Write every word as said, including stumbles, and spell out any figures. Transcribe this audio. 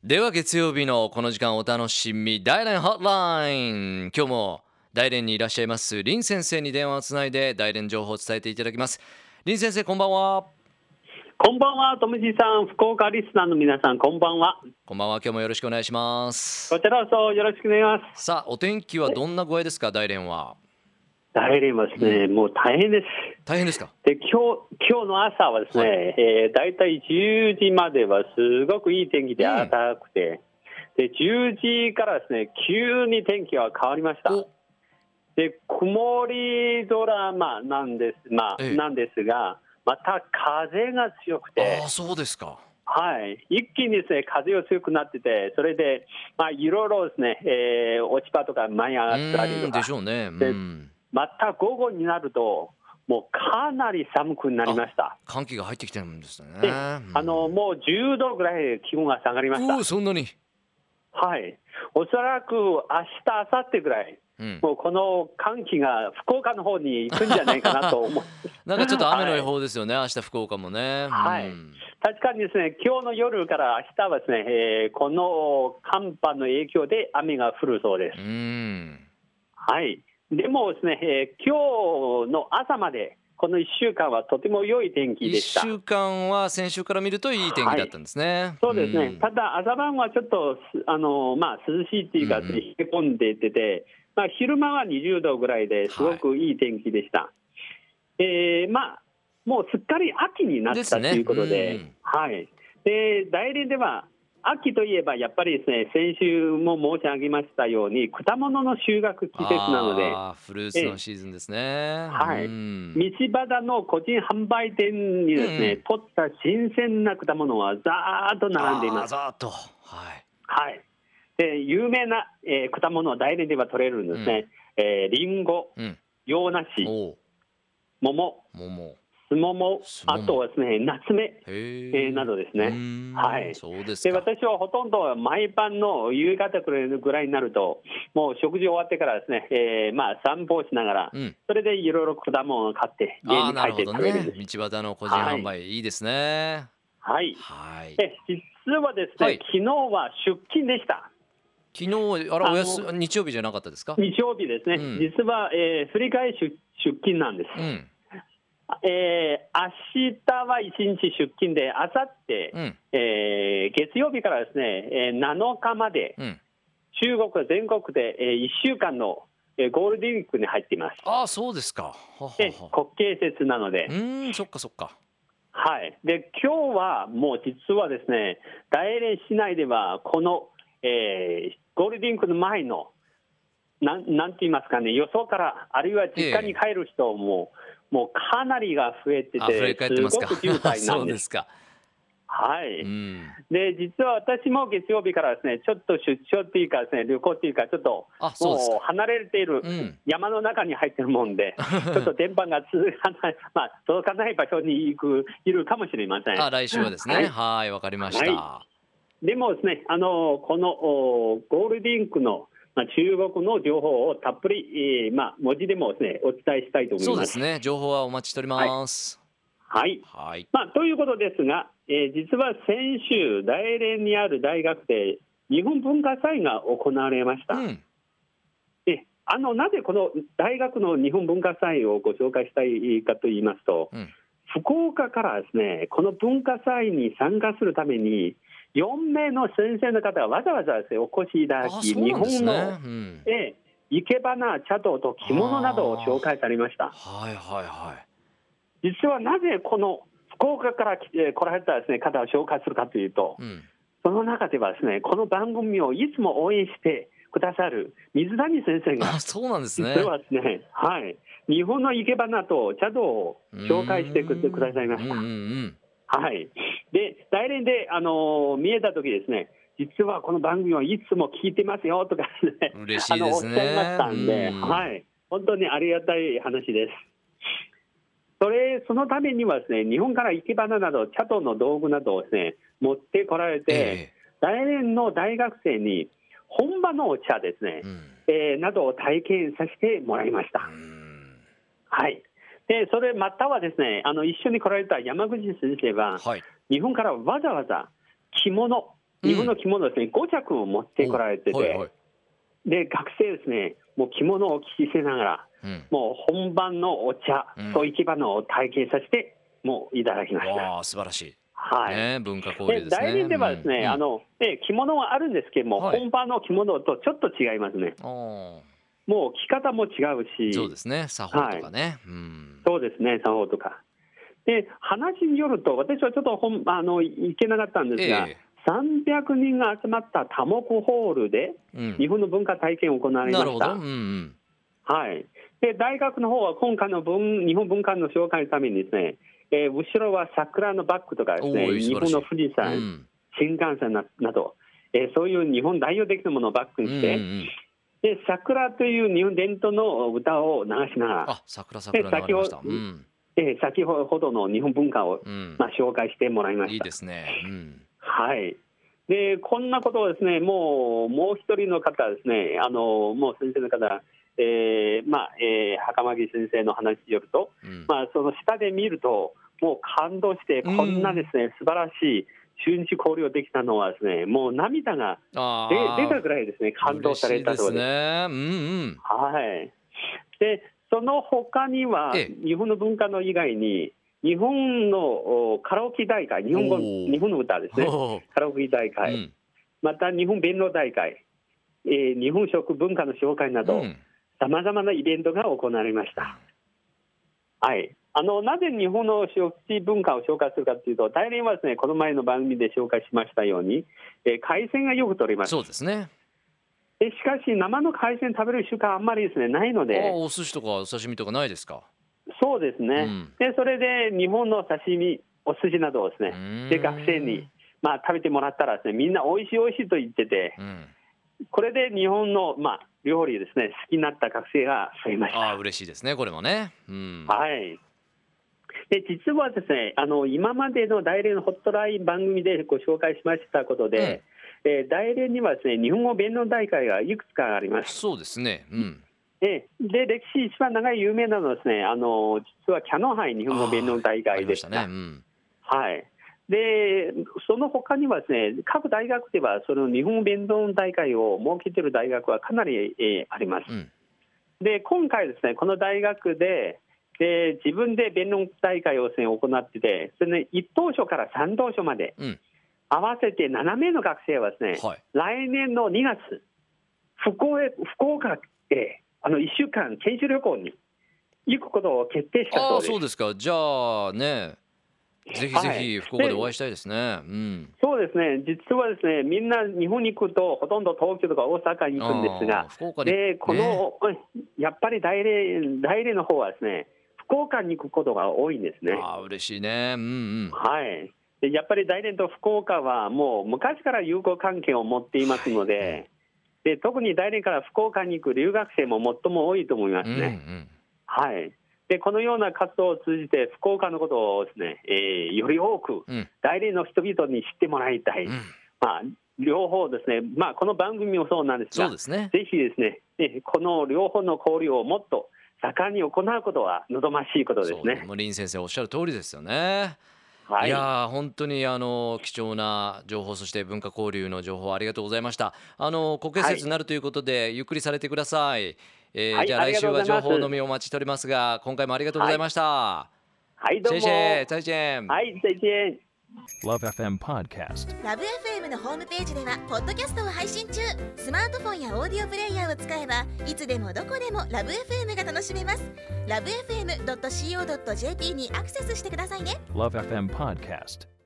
では月曜日のこの時間お楽しみ大連ホットライン、今日も大連にいらっしゃいます林先生に電話をつないで大連情報を伝えていただきます。林先生、こんばんは。 こんばんは、ともじさん、福岡リスナーの皆さん、こんばんは。 こんばんは。今日もよろしくお願いします。 こちらこそよろしくお願いします。 さあ、お天気はどんな具合ですか、大連は。 大連はですね、うん、もう大変です。 大変ですか。 で、今日、今日の朝はですね、はい、えー、だいたいじゅうじまではすごくいい天気で暖かくて、うん、で、じゅうじからですね、急に天気が変わりました。で、曇り空、まあ、なんです、まあ、ええ、なんですが、また風が強くて。 ああ、そうですか。 はい、一気にですね、風が強くなってて、それで、まあ、いろいろですね、えー、落ち葉とか舞い上がったりとか。 でしょうね。うん、 でまた午後になると、もうかなり寒くなりました。 寒気が入ってきてるんですね。 で、あのもうじゅうどぐらい気温が下がりました。 そんなに。 はい、おそらく明日、明後日ぐらい、うん、もうこの寒気が福岡の方に行くんじゃないかなと思うなんかちょっと雨の予報ですよね、はい、明日福岡もね。 はい、うん、確かにですね、今日の夜から明日はですね、えー、この寒波の影響で雨が降るそうです。 うん、 はい、でもですね、えー、今日の朝までこのいっしゅうかんはとても良い天気でした。 いっしゅうかんは先週から見るといい天気だったんですね。 はい、そうですね、うん、ただ朝晩はちょっとあの、まあ、涼しいっていうか、冷え込んでいてて、まあ、昼間はにじゅうどぐらいですごくいい天気でした。はい、えー、まあ、もうすっかり秋になったということで、で、ね、はい、で大連では秋といえばやっぱりですね、先週も申し上げましたように果物の収穫季節なので、 あフルーツのシーズンですね。 はい、道端の個人販売店にですね、うん、取った新鮮な果物はざーっと並んでいます。 ざーっと、はい、 はい、で有名な、えー、果物は大連では取れるんですね。うん、えー、リンゴ、うん、洋梨、桃、 桃すもも、あとはですね、夏目、えー、などですね。はい。 そうですで、私はほとんど毎晩の夕方くらいになると、もう食事終わってからですね、えー、まあ散歩をしながら、うん、それでいろいろ果物を買って家に帰って食べるんです。 ね、道端の個人販売、はい、いいですね。 はい。はい。で、実はですね、はい、昨日は出勤でした。 昨日あらおやす日曜日じゃなかったですか。 日曜日ですね。うん、実は、えー、振り替え出勤なんです。うん、えー、明日はいちにち出勤で、あさって、うんえー、月曜日からですね、えー、なのかまで、うん、中国全国で、えー、いっしゅうかんの、えー、ゴールデンウィークに入っています。 ああ、そうですか。はははで国慶節なので。 うーん、そっかそっか。 はい。で、今日はもう実はですね、大連市内ではこの、えー、ゴールデンウィークの前のなん、なんて言いますかね、予想からあるいは実家に帰る人も、えーもうかなりが増えてて、すごく渋滞なんです。 そうですか。 はい、うん、で実は私も月曜日からですね、ちょっと出張っていうかですね、旅行っていうか、ちょっともう離れている、うん、山の中に入ってるもんで、ちょっと電波が続かない、まあ、届かない場所に行くいるかもしれません。 あ、来週はですね。はい、わかりました。はい、でもですね、あのこのゴールデンウィークのまあ、中国の情報をたっぷり、えーまあ、文字でもですね、お伝えしたいと思います。 そうですね、情報はお待ちしております。 はい。はいはいまあ、ということですが、えー、実は先週、大連にある大学で日本文化祭が行われました。うん、であのなぜこの大学の日本文化祭をご紹介したいかと言いますと、うん、福岡からですね、この文化祭に参加するために、よんめいの先生の方がわざわざですね、お越しいただき、 ね、 日本の、 うん、 え生け花、茶道と着物などを紹介されました。 はいはいはい。 実はなぜこの福岡から来て来られたですね、方を紹介するかというと、うん、その中ではですね、この番組をいつも応援してくださる水谷先生が、 あ、そうなんですね。 実はですね、はい、日本の生け花と茶道を紹介してくださいました。うんうんうんはい、で大連で、あのー、見えたときですね、実はこの番組をいつも聞いてますよとか、ね、 嬉しいですね、 あのおっしゃいましたんで、はい、本当にありがたい話です。それそのためにはですね、日本から生け花など茶道の道具などをですね、持ってこられて、えー、大連の大学生に本場のお茶ですね、うんえー、などを体験させてもらいました。はいでそれまたはですね、あの一緒に来られた山口先生は、はい、日本からわざわざ着物日本の着物ですね、ご着を持ってこられてて、はいはい、で学生ですね、もう着物を着せながら、うん、もう本番のお茶、うん、そういき場のを体験させてもういただきました。 わー、素晴らしい。 はい、 ね、文化交流ですね。 代理ではですね、うん、あのね、着物はあるんですけども、はい、本場の着物とちょっと違いますね。もう着方も違うし、 そうですね、作法とかね、はい、 うん、そうですね、作法とかで、話によると、私はちょっとほんあの行けなかったんですが、ええ、さんびゃくにんが集まった多目ホールで日本の文化体験を行われました。なるほど、うんうん、はい、で大学の方は今回の文日本文化の紹介のためにですね、えー、後ろは桜のバッグとかですね、日本の富士山、うん、新幹線 な, など、えー、そういう日本代表的なものをバッグにして、うんうん、で桜という日本伝統の歌を流しながら、 あ、桜桜流れました、うん、 えー、先ほどの日本文化を、うん、まあ、紹介してもらいました。 いいですね、うん、 はい。でこんなことをですね、もうもう一人の方ですね、あのもう先生の方、えーまあえー、袴木先生の話によると、うん、まあ、その下で見るともう感動して、こんなですね、うん、素晴らしい中日交流できたのはですね、もう涙が出たぐらいですね、感動されたそうです。 嬉しいですね、うんうん、 はい。でその他には、ええ、日本の文化の以外に日本のカラオケ大会、日本語日本の歌ですね、カラオケ大会、うん、また日本弁論大会、えー、日本食文化の紹介などさまざまなイベントが行われました。はい、あのなぜ日本の食事文化を紹介するかというと、大連はですね、この前の番組で紹介しましたように、えー、海鮮がよく取れます。 そうですね。 えしかし生の海鮮食べる習慣あんまりですねないので。 あ、お寿司とかお刺身とかないですか。 そうですね、うん、でそれで日本の刺身、お寿司などをですね、で学生に、まあ、食べてもらったらですね、みんなおいしいおいしいと言ってて、うん、これで日本の、まあ、料理ですね、好きになった学生が増えました。 あ、嬉しいですね、これもね、うん、 はい。で実はですね、あの今までの大連のホットライン番組でご紹介しましたことで、うん、えー、大連にはですね、日本語弁論大会がいくつかあります。 そうですね、うん、 で, で歴史一番長い有名なのはですね、あの実はキャノン杯日本語弁論大会でした。 あ、ありましたね、うん、 はい。でその他にはですね、各大学ではその日本語弁論大会を設けている大学はかなり、えー、あります。うん、で今回ですね、この大学でで自分で弁論大会をですね、行ってて、それ、ね、いち等書からさん等書まで、うん、合わせてなな名の学生はですね、はい、来年のにがつ福岡へ福岡へあのいっしゅうかん研修旅行に行くことを決定したそうです。 あ、そうですか。じゃあね、ぜひぜひ福岡でお会いしたいですね。はい、うん、 そうですね。実はですね、みんな日本に行くとほとんど東京とか大阪に行くんですが、 福岡にでこの、ね、やっぱり大連大連の方はですね、福岡に行くことが多いんですね。 あ、嬉しいね、うんうん、 はい。でやっぱり大連と福岡はもう昔から友好関係を持っていますので、はい、で特に大連から福岡に行く留学生も最も多いと思いますね。うんうん、はい。でこのような活動を通じて福岡のことをですね、えー、より多く大連の人々に知ってもらいたい、うん、まあ、両方ですね、まあ、この番組もそうなんですが、 そうですね、 ぜひですね、この両方の交流をもっと盛んに行うことは望ましいことですね。 もう林先生おっしゃる通りですよね。 はい、 いや本当にあの貴重な情報、そして文化交流の情報ありがとうございました。あの国慶節になるということで、はい、ゆっくりされてください。えーはい、じゃあ来週は情報のみお待ちしておりますが、今回もありがとうございました。 はい、はい、どうも。 谢謝、再见。 はい、再見。 Love エフエム Podcast。 ラブ エフエム のホームページではポッドキャストを配信中。スマートフォンやオーディオプレイヤーを使えばいつでもどこでもラブ エフエム が楽しめます。ラブエフエムドットシーオードットジェーピー にアクセスしてくださいね。 Love エフエム Podcast。